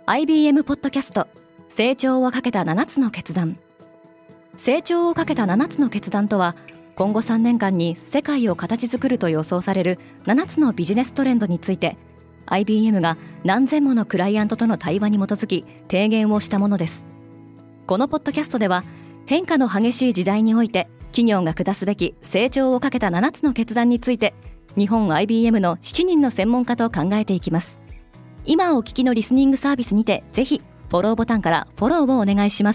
IBM ポッドキャスト成長をかけた7つの決断。成長をかけた7つの決断とは、今後3年間に世界を形作ると予想される7つのビジネストレンドについて IBM が何千ものクライアントとの対話に基づき提言をしたものです。このポッドキャストでは、変化の激しい時代において企業が下すべき成長をかけた7つの決断について、日本 IBM の7人の専門家と考えていきます。今お聞きのリスニングサービスにて、ぜひフォローボタンからフォローをお願いします。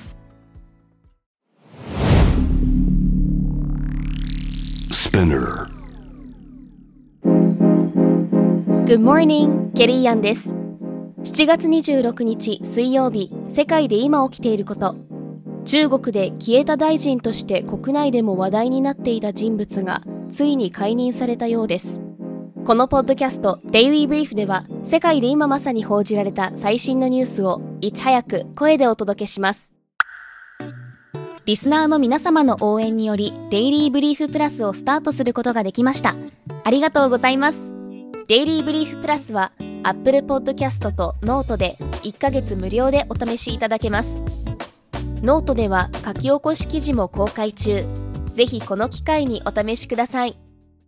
Spinner Good morning, ケリーアンです。7月26日水曜日、世界で今起きていること。中国で消えた大臣として国内でも話題になっていた人物がついに解任されたようです。このポッドキャストデイリーブリーフでは、世界で今まさに報じられた最新のニュースをいち早く声でお届けします。リスナーの皆様の応援により、デイリーブリーフプラスをスタートすることができました。ありがとうございます。デイリーブリーフプラスは Apple Podcast とノートで1ヶ月無料でお試しいただけます。ノートでは書き起こし記事も公開中。ぜひこの機会にお試しください。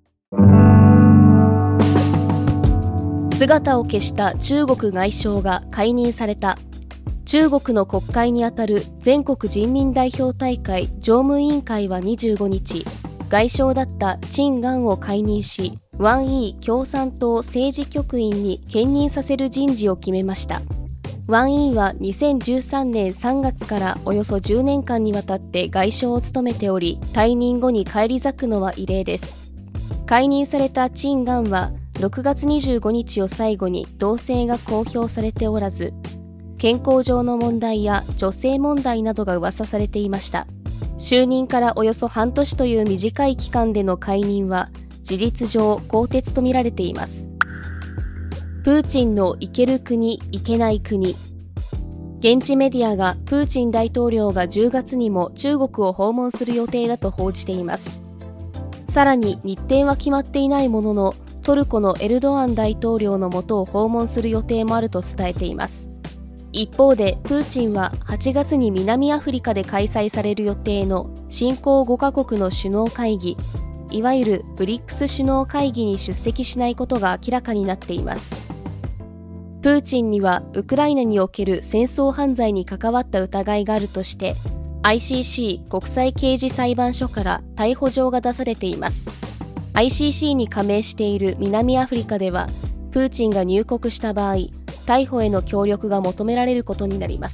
姿を消した中国外相が解任された。中国の国会にあたる全国人民代表大会常務委員会は25日、外相だった陳剛を解任し、ワン・イー共産党政治局員に兼任させる人事を決めました。ワン・イーは2013年3月からおよそ10年間にわたって外相を務めており、退任後に返り咲くのは異例です。解任された陳剛は6月25日を最後に動静が公表されておらず、健康上の問題や女性問題などが噂されていました。就任からおよそ半年という短い期間での解任は事実上更迭とみられています。プーチンの行ける国行けない国。現地メディアがプーチン大統領が10月にも中国を訪問する予定だと報じています。さらに日程は決まっていないものの、トルコのエルドアン大統領の下を訪問する予定もあると伝えています。一方でプーチンは8月に南アフリカで開催される予定の新興5カ国の首脳会議、いわゆるブリックス首脳会議に出席しないことが明らかになっています。プーチンにはウクライナにおける戦争犯罪に関わった疑いがあるとして、ICC 国際刑事裁判所から逮捕状が出されています。ICC に加盟している南アフリカでは、プーチンが入国した場合、逮捕への協力が求められることになります。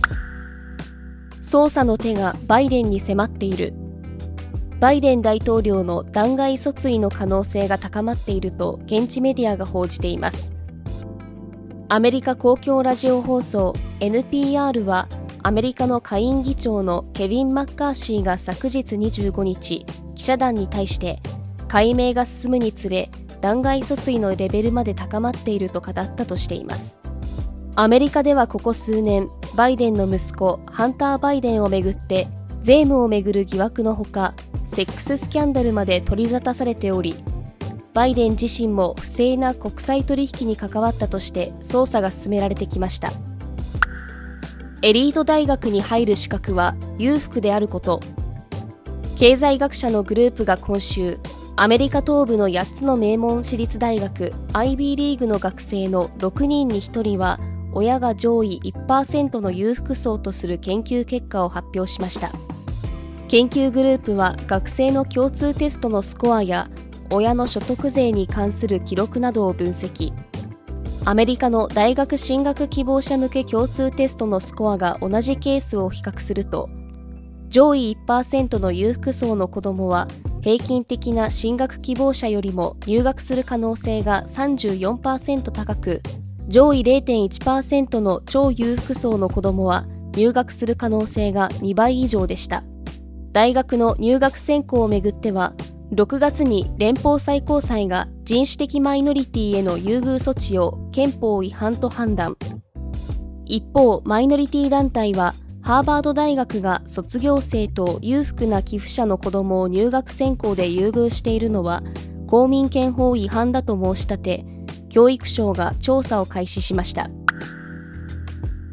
捜査の手がバイデンに迫っている。バイデン大統領の弾劾訴追の可能性が高まっていると現地メディアが報じています。アメリカ公共ラジオ放送 NPR は、アメリカの下院議長のケビン・マッカーシーが昨日25日、記者団に対して、解明が進むにつれ弾劾訴追のレベルまで高まっていると語ったとしています。アメリカではここ数年、バイデンの息子ハンター・バイデンをめぐって税務をめぐる疑惑のほか、セックススキャンダルまで取り沙汰されており、バイデン自身も不正な国際取引に関わったとして捜査が進められてきました。エリート大学に入る資格は裕福であること。経済学者のグループが今週、アメリカ東部の8つの名門私立大学 IB リーグの学生の6人に1人は、親が上位 1% の裕福層とする研究結果を発表しました。研究グループは学生の共通テストのスコアや親の所得税に関する記録などを分析。アメリカの大学進学希望者向け共通テストのスコアが同じケースを比較すると、上位 1% の裕福層の子どもは平均的な進学希望者よりも入学する可能性が 34% 高く、上位 0.1% の超裕福層の子どもは入学する可能性が2倍以上でした。大学の入学選考をめぐっては、6月に連邦最高裁が人種的マイノリティへの優遇措置を憲法違反と判断。一方、マイノリティ団体は、ハーバード大学が卒業生と裕福な寄付者の子どもを入学選考で優遇しているのは公民権法違反だと申し立て、教育省が調査を開始しました。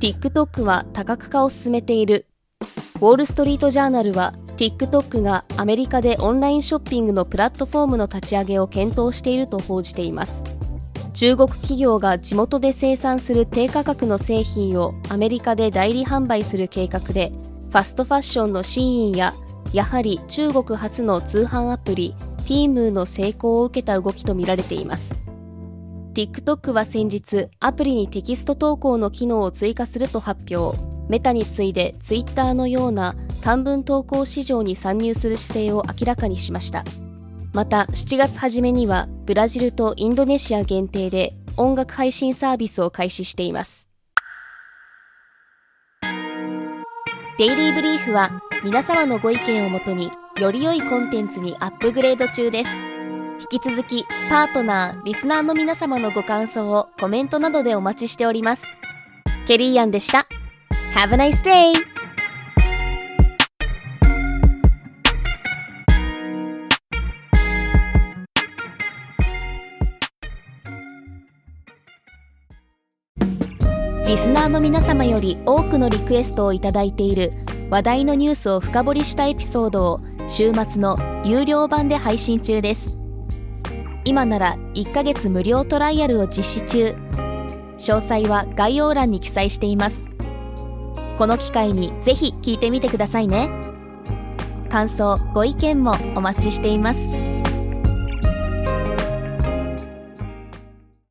TikTok は多角化を進めている。ウォールストリートジャーナルは TikTok がアメリカでオンラインショッピングのプラットフォームの立ち上げを検討していると報じています。中国企業が地元で生産する低価格の製品をアメリカで代理販売する計画で、ファストファッションのシーインや、やはり中国初の通販アプリ Temu の成功を受けた動きとみられています。TikTok は先日、アプリにテキスト投稿の機能を追加すると発表。メタに次いで Twitter のような短文投稿市場に参入する姿勢を明らかにしました。また7月初めにはブラジルとインドネシア限定で音楽配信サービスを開始しています。デイリーブリーフは皆様のご意見をもとにより良いコンテンツにアップグレード中です。引き続きパートナー、リスナーの皆様のご感想をコメントなどでお待ちしております。ケリーアンでした。Have a nice day! リスナーの皆様より多くのリクエストをいただいている話題のニュースを深掘りしたエピソードを週末の有料版で配信中です。今なら1ヶ月無料トライアルを実施中。詳細は概要欄に記載しています。この機会にぜひ聞いてみてくださいね。感想、ご意見もお待ちしています。